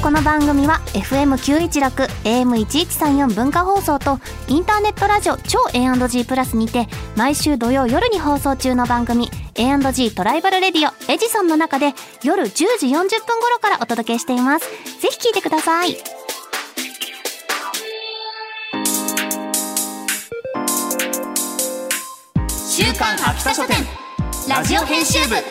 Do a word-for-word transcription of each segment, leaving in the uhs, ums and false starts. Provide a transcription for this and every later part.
この番組は エフエムきゅういちろく エーエムせんいちさんよん 文化放送とインターネットラジオ超 エーアンドジー プラスにて毎週土曜夜に放送中の番組 エーアンドジー トライバルレディオエジソンの中で夜じゅうじよんじゅっぷん頃からお届けしています。ぜひ聞いてください。 週刊秋田書店ラジオ編集部。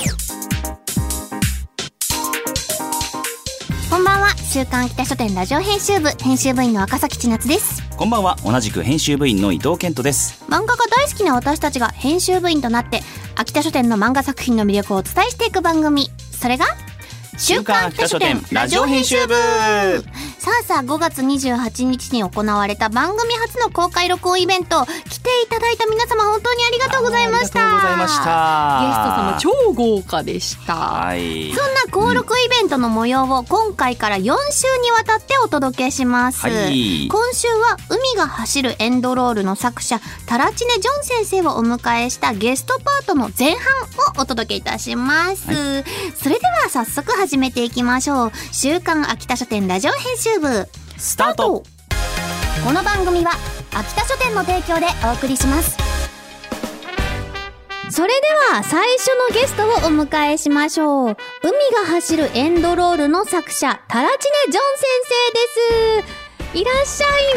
こんばんは。週刊秋田書店ラジオ編集部編集部員の赤崎千夏です。 こんばんは。同じく編集部員の伊藤健人です。 漫画が大好きな私たちが編集部員となって秋田書店の漫画作品の魅力をお伝えしていく番組、それが週刊秋田書店ラジオ編集部。 さあさあごがつにじゅうはちにちに行われた番組初の公開録音イベント、来ていただいた皆様本当にありがとうございました。 ありがとうございました。 ゲスト様超豪華でした。 はい、 そんな公録イベントの模様を今回からよんしゅうにわたってお届けします、 はい、 今週は海が走るエンドロールの作者タラチネジョン先生をお迎えしたゲストパートの前半をお届けいたします、はい、それでは早速始めていきましょう。週刊秋田書店ラジオ編集部スタート。 この番組は秋田書店の提供でお送りします。それでは最初のゲストをお迎えしましょう。海が走るエンドロールの作者タラチネジョン先生です。いらっしゃい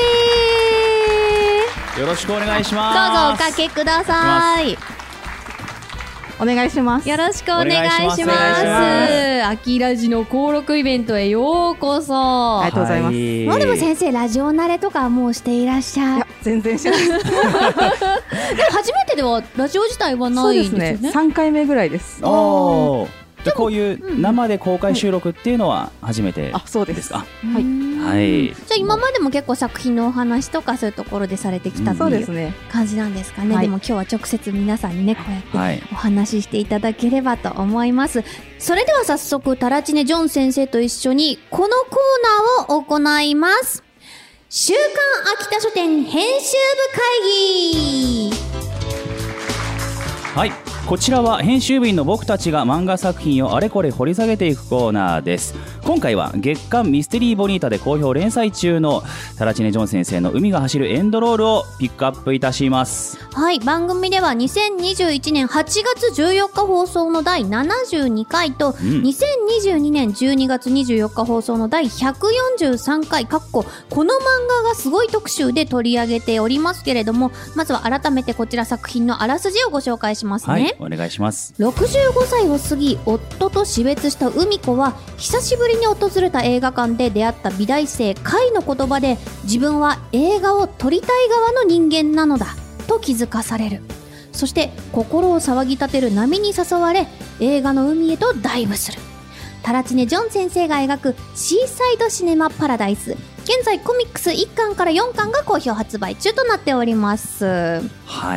ませ。 よろしくお願いします。 どうぞおかけください。 お願いします。 よろしくお願いします。 秋ラジの登録イベントへようこそ。 ありがとうございます。 もうでも先生ラジオ慣れとかもうしていらっしゃい。いや全然してないです。 初めてではラジオ自体はないんですよね。 そうですね。さんかいめぐらいです。 おー。でこういう生で公開収録っていうのは初めてですか？ あ、そうです。 あ、 はい。 はい。 じゃあ今までも結構作品のお話とかそういうところでされてきたっていう感じなんですかね。でも今日は直接皆さんにねこうやってお話ししていただければと思います。それでは早速タラチネジョン先生と一緒にこのコーナーを行います。週刊秋田書店編集部会議。 はい、こちらは編集部員の僕たちが漫画作品をあれこれ掘り下げていくコーナーです。今回は月刊ミステリーボニータで好評連載中のタラチネジョン先生の海が走るエンドロールをピックアップいたします。 はい、番組ではにせんにじゅういちねんはちがつじゅうよっか放送のだいななじゅうにかいと、うん、にせんにじゅうにねんじゅうにがつにじゅうよっか放送のだいひゃくよんじゅうさんかいかっここの漫画がすごい特集で取り上げておりますけれども、まずは改めてこちら作品のあらすじをご紹介しますね。はい、 お願いします。 ろくじゅうごさいを過ぎ夫と死別した海子は久しぶりに訪れた映画館で出会った美大生カイの言葉で自分は映画を撮りたい側の人間なのだと気づかされる。そして心を騒ぎ立てる波に誘われ映画の海へとダイブする。タラチネジョン先生が描くシーサイドシネマパラダイス、現在コミックスいっかんからよんかんが好評発売中となっております。 はい、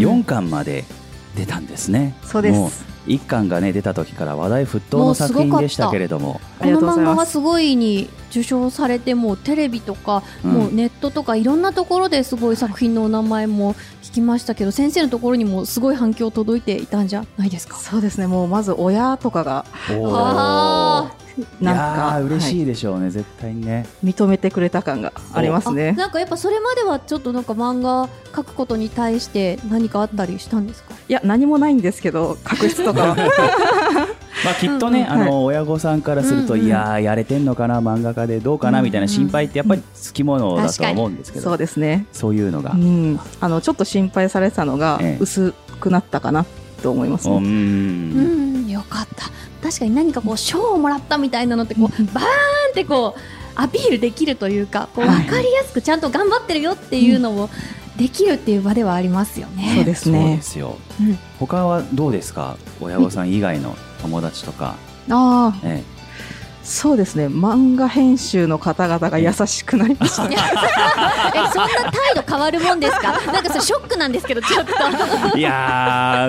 よんかんまで出たんですね。 そうです。 いっかんがね出た時から話題沸騰の作品でしたけれども、 この漫画がすごいに受賞されて、もうテレビとか、うん、もうネットとかいろんなところですごい作品のお名前も聞きましたけど、先生のところにもすごい反響届いていたんじゃないですか？ そうですね。もうまず親とかがあなんか嬉しいでしょうね、はい、絶対にね認めてくれた感がありますね。 なんかやっぱそれまではちょっとなんか漫画描くことに対して何かあったりしたんですか？ いや何もないんですけど、確執とかはまあきっとね、うんうん、あの、はい、親御さんからすると、うんうん、いややれてんのかな漫画家でどうかな、うんうん、みたいな心配ってやっぱりつきものだと思うんですけど、 そうですね、 そういうのが、 うん、あのちょっと心配されてたのが薄くなったかなと思いますね。 うん、うん、よかった。確かに何かこう賞をもらったみたいなのってこうバーンってこうアピールできるというか、こう分かりやすくちゃんと頑張ってるよっていうのをできるっていう場ではありますよね。 そうですね。 そうですよ、うん、他はどうですか？親御さん以外の友達とか。 ああ、ええ、そうですね。漫画編集の方々が優しくなりました。え、 そんな態度変わるもんですか？なんかそれショックなんですけど、ちょっと。 いやー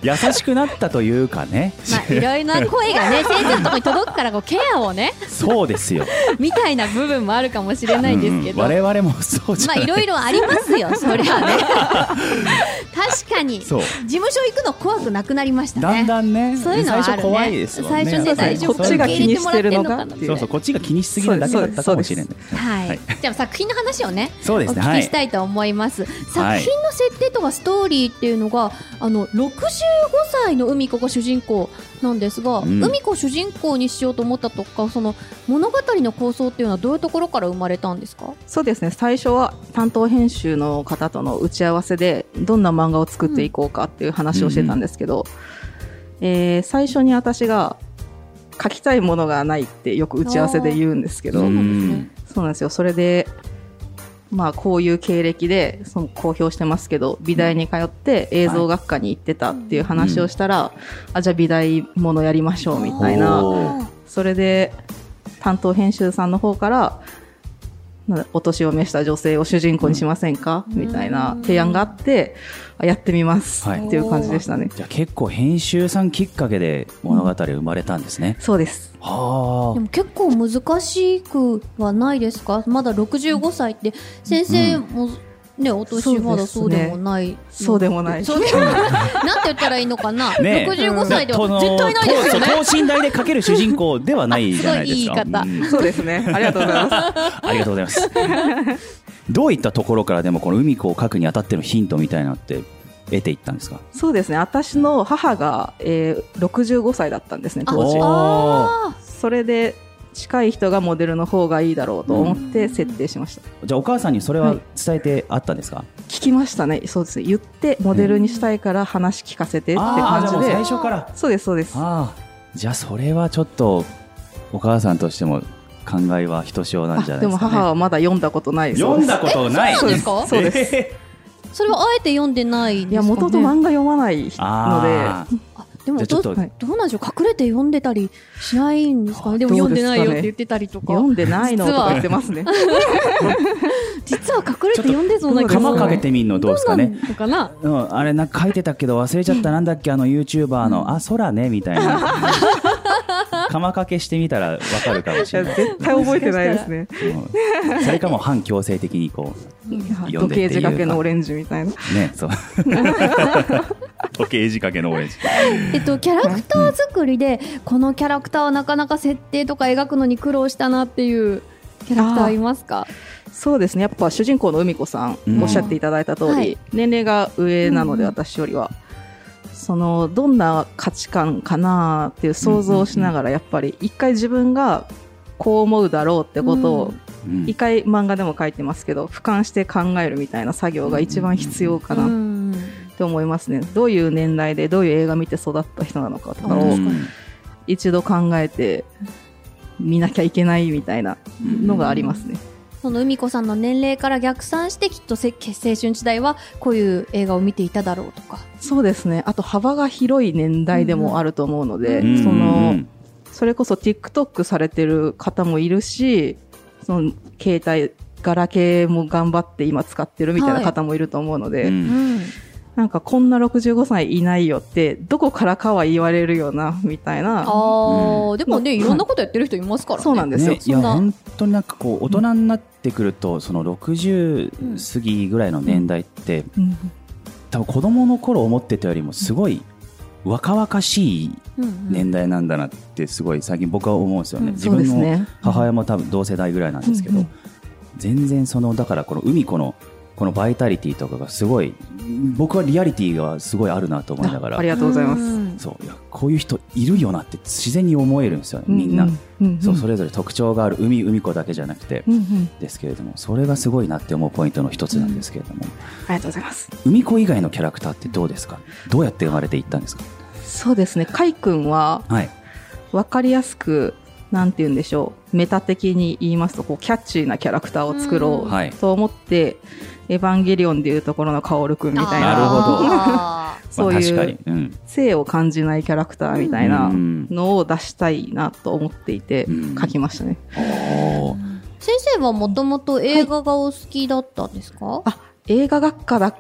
優しくなったというかね。 まあいろいろな声がね先生のところに届くからこうケアをねそうですよ。 みたいな部分もあるかもしれないですけど、 うんうん、我々もそうじゃない。 まあいろいろありますよそりゃね確かにそう事務所行くの怖くなくなりましたね。 だんだんね。 そういうのはあるね。 最初怖いですもんね。 最初ね大丈夫こっちが気にしてるのかっていう。 そうそう、こっちが気にしすぎるだけだったかもしれない。 はい、 はい、 じゃあ作品の話をねそうですね、 お聞きしたいと思います、はい、作品の設定とかストーリーっていうのがあのろくじゅうごさいの海子が主人公なんですが、うん、海子を主人公にしようと思ったとかその物語の構想っていうのはどういうところから生まれたんですか？ そうですね、最初は担当編集の方との打ち合わせでどんな漫画を作っていこうかっていう話をしてたんですけど、うんえー、最初に私が書きたいものがないってよく打ち合わせで言うんですけど、そうなんですよ。それでまあこういう経歴でその公表してますけど美大に通って映像学科に行ってたっていう話をしたら、はい、あじゃあ美大ものやりましょうみたいな。それで担当編集さんの方からお年を召した女性を主人公にしませんか、うん、みたいな提案があってやってみます、はい、っていう感じでしたね。 じゃあ結構編集さんきっかけで物語生まれたんですね、 うん、そうです。 はあ。でも結構難しくはないですか？まだろくじゅうごさいって先生も、うんね、お年まだそうでもない、 そうでもない、 そうでもないなんて言ったらいいのかな、ね、ろくじゅうごさいでは絶対ないですよね。 等身大で描ける主人公ではないじゃないですか。 すごいいい言い方、 うん、そうですね、ありがとうございますありがとうございますどういったところからでもこの海子を描くにあたってのヒントみたいなのって得ていったんですか？ そうですね、私の母が、えー、ろくじゅうごさいだったんですね当時。 あそれで近い人がモデルの方がいいだろうと思って設定しました、 うん、じゃあお母さんにそれは伝えてあったんですか？はい、 聞きましたね。そうですね、言ってモデルにしたいから話聞かせてって感じで、 最初から。 そうですそうです。 あじゃあそれはちょっとお母さんとしても考えはひとしおなんじゃないですかね。 でも母はまだ読んだことないです。 読んだことない。 そうですか？ そうです、 えー、それはあえて読んでないんですかね。 いや元々漫画読まないので。 でもどう、どうなんでしょう、隠れて読んでたりしないんですかね。でも読んでないよって言ってたりとか、 読んでないのとか言ってますね実は隠れて読んでそうな気がする。 釜かけてみんのどうですかね。 どうかな、 うん、あれなんか書いてたけど忘れちゃった、なんだっけあの YouTuber の、うん、あ空ねみたいな釜かけしてみたらわかるかもしれない。 絶対覚えてないですねうん、それかも反強制的にこう読んでっていうか、時計仕掛けのオレンジみたいなね、そう時計仕掛けのオレンジえっと、キャラクター作りでこのキャラクターはなかなか設定とか描くのに苦労したなっていうキャラクターいますか？ そうですね、やっぱ主人公の海子さん、うん、おっしゃっていただいた通り、はい、年齢が上なので、うん、私よりはそのどんな価値観かなっていう想像をしながら、やっぱり一回自分がこう思うだろうってことを一回漫画でも書いてますけど俯瞰して考えるみたいな作業が一番必要かなって思いますね。どういう年代でどういう映画見て育った人なのかとかを一度考えて見なきゃいけないみたいなのがありますね。 その海子さんの年齢から逆算してきっと青春時代はこういう映画を見ていただろうとか。 そうですね、あと幅が広い年代でもあると思うので、うんうん、そのそれこそ TikTok されてる方もいるし、その携帯ガラケーも頑張って今使ってるみたいな方もいると思うので、はい、うん、なんかこんなろくじゅうごさいいないよってどこからかは言われるよなみたいな。 あ、うん、でもね、いろんなことやってる人いますからね。 そうなんですよ、 ね、いや本当になんかこう大人になってくると、うん、そのろくじゅう過ぎぐらいの年代って、うん、多分子供の頃思ってたよりもすごい若々しい年代なんだなってすごい最近僕は思うんですよね、うん、自分の母親も多分同世代ぐらいなんですけど、うんうん、全然そのだからこの海子のこのバイタリティとかがすごい僕はリアリティがすごいあるなと思いながら、 あ, ありがとうございます。 そういやこういう人いるよなって自然に思えるんですよね、みんな、うんうんうん、そうそれぞれ特徴がある海海子だけじゃなくて、うんうん、ですけれどもそれがすごいなって思うポイントの一つなんですけれども、うん、 ありがとうございます。 海子以外のキャラクターってどうですか？どうやって生まれていったんですか？ そうですね、海君は分かりやすく、なんて言うんでしょう、メタ的に言いますとこうキャッチーなキャラクターを作ろうと思って、エヴァンゲリオンでいうところのカオル君みたいな、 なるほどそういう性を感じないキャラクターみたいなのを出したいなと思っていて書きましたね。 うん、先生はもともと映画がお好きだったんですか？ はい、あ、映画学科だ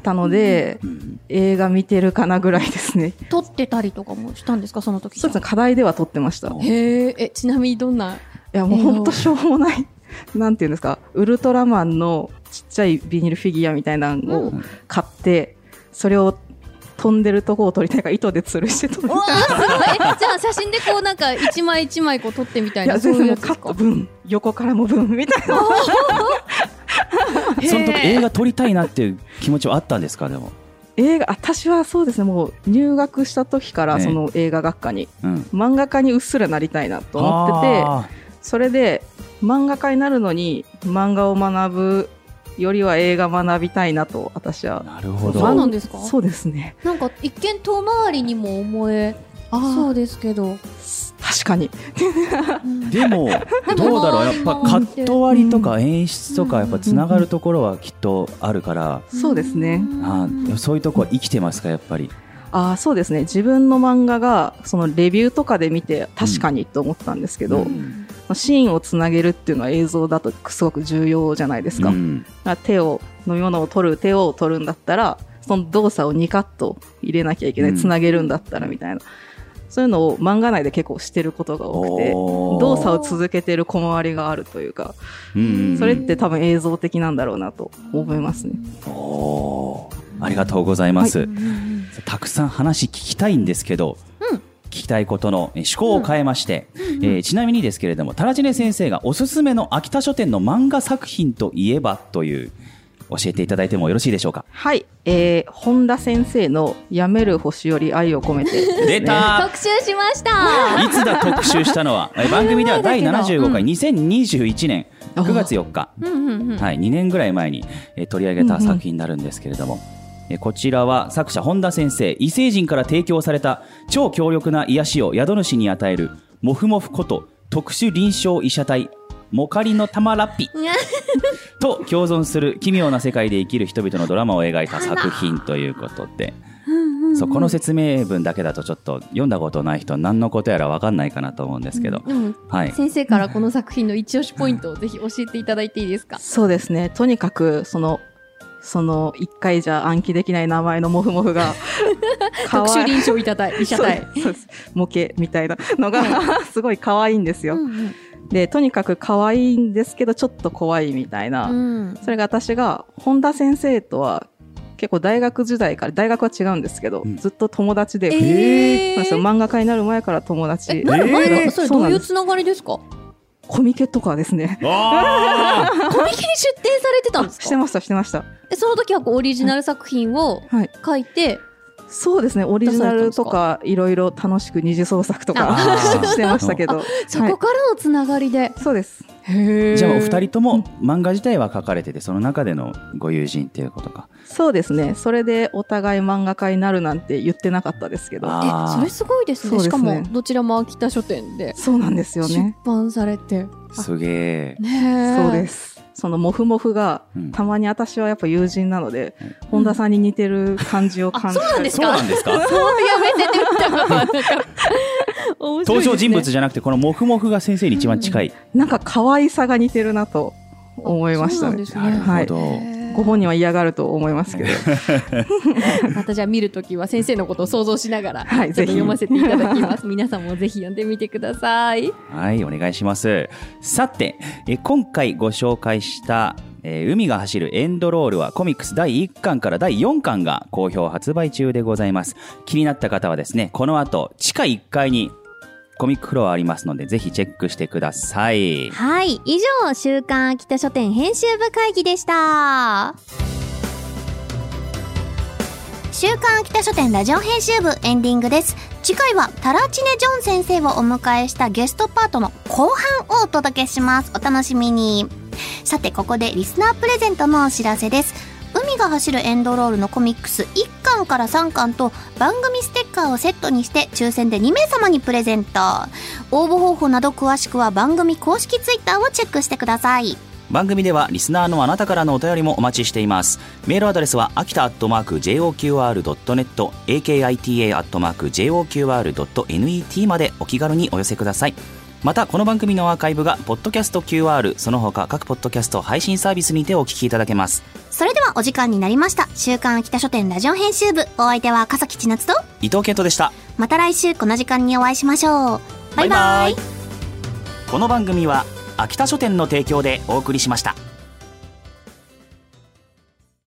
たので、うん、映画見てるかなぐらいですね。 撮ってたりとかもしたんですか、その時？ そうですね、課題では撮ってました。 へー、え、ちなみにどんな？ いや、もうほんとしょうもないなんていうんですか、ウルトラマンのちっちゃいビニールフィギュアみたいなのを買って、うん、それを飛んでるとこを撮りたいから糸で吊るして撮る。わー、すごい。 じゃあ写真でこうなんか一枚一枚こう撮ってみたいな。 いや、全然もうカット分、横からも分みたいな。 その時映画撮りたいなっていう気持ちはあったんですか？でも映画、私はそうですね、もう入学した時からその映画学科に、ね、うん、漫画家にうっすらなりたいなと思ってて、それで漫画家になるのに漫画を学ぶよりは映画学びたいなと私は。 なるほど。 そうなんですか？ そうですね。 なんか一見遠回りにも思えそうですけど、 確かにでもどうだろう、やっぱカット割りとか演出とかやっぱつながるところはきっとあるから、 うん、そうですね。 あ、そういうとこは生きてますか、やっぱり？ あ、そうですね。自分の漫画がそのレビューとかで見て確かにと思ったんですけど、うん、シーンをつなげるっていうのは映像だとすごく重要じゃないですか。うん、手を飲み物を取る手を取るんだったらその動作をにカット入れなきゃいけない、つなげるんだったらみたいな、そういうのを漫画内で結構してることが多くて、動作を続けてる小回りがあるというか、うんうんうん、それって多分映像的なんだろうなと思いますね。 おー、ありがとうございます、はい、たくさん話聞きたいんですけど、うん、聞きたいことの趣向を変えまして、うんうんうん、えー、ちなみにですけれども、タラチネ先生がおすすめの秋田書店の漫画作品といえばという教えていただいてもよろしいでしょうか？ はい、えー、本田先生のやめる星より愛を込めてですね、 出た特集しました。 いつだ特集したのは番組ではだいななじゅうごかい、うん、にせんにじゅういちねんくがつよっか、はい、にねんぐらい前に、えー、取り上げた作品になるんですけれども、うんうん、えー、こちらは作者本田先生、異星人から提供された超強力な癒しを宿主に与えるモフモフこと特殊臨床医者隊モカリの玉ラッピと共存する奇妙な世界で生きる人々のドラマを描いた作品ということで、そう、この説明文だけだとちょっと読んだことない人何のことやら分かんないかなと思うんですけど、うん、はい、 先生からこの作品の一押しポイントをぜひ教えていただいていいですか？ そうですね、とにかくそのその一回じゃ暗記できない名前のモフモフが特殊臨床医者隊、医者隊そうです、模型みたいなのがすごい可愛いんですよ、うんうん、でとにかく可愛いんですけどちょっと怖いみたいな、うん、それが私が本田先生とは結構大学時代から、大学は違うんですけど、うん、ずっと友達で、えー、そうですよ、漫画家になる前から友達。 え、なる前からそれどういうつながりですか？ コミケとかですね。 あコミケに出展されてたんですか？ してましたしてました。 え、その時はこうオリジナル作品を書いて、はいはい、 そうですね、オリジナルとかいろいろ楽しく二次創作とかしてましたけどそこからのつながりで、はい、 そうです。 へー、じゃあお二人とも漫画自体は書かれてて、その中でのご友人っていうことか？ そうですね、それでお互い漫画家になるなんて言ってなかったですけど。 え、それすごいですね。しかもどちらも秋田書店でそうなんですよね、 出版されて。 すげー、 ね、そうです。そのモフモフが、うん、たまに私はやっぱ友人なので、うん、本田さんに似てる感じを感じて、 うん、そうなんですか？ そうなんですか？ そういう目線で見たことはなかった登場人物じゃなくてこのモフモフが先生に一番近い、 うん、なんか可愛さが似てるなと思いましたね。 なるほど、はい、 ご本人は嫌がると思いますけどまたじゃあ見るときは先生のことを想像しながら、はい、ちょっと読ませていただきます皆さんもぜひ読んでみてください。 はい、お願いします。さてえ今回ご紹介したえー、海が走るエンドロールはコミックスだいいっかんからだいよんかんが好評発売中でございます。気になった方はですね、この後地下いっかいにコミックフロアありますのでぜひチェックしてください。 はい、以上週刊秋田書店編集部会議でした。週刊秋田書店ラジオ編集部エンディングです。次回はタラチネジョン先生をお迎えしたゲストパートの後半をお届けします。お楽しみに。さてここでリスナープレゼントのお知らせです。海が走るエンドロールのコミックスいっかんからさんかんと番組ステッカーをセットにして抽選でにめいさまにプレゼント。応募方法など詳しくは番組公式ツイッターをチェックしてください。 番組ではリスナーのあなたからのお便りもお待ちしています。メールアドレスは秋田アットマーク ジェイオーキューアールドットネット エーケーアイティーエー アットマーク ジェイオーキューアールドットネット までお気軽にお寄せください。またこの番組のアーカイブがポッドキャスト キューアール その他各ポッドキャスト配信サービスにてお聞きいただけます。 それではお時間になりました。週刊秋田書店ラジオ編集部、お相手は笠木千夏と伊藤健人でした。 また来週この時間にお会いしましょう。バイバイ。 この番組は秋田書店の提供でお送りしました。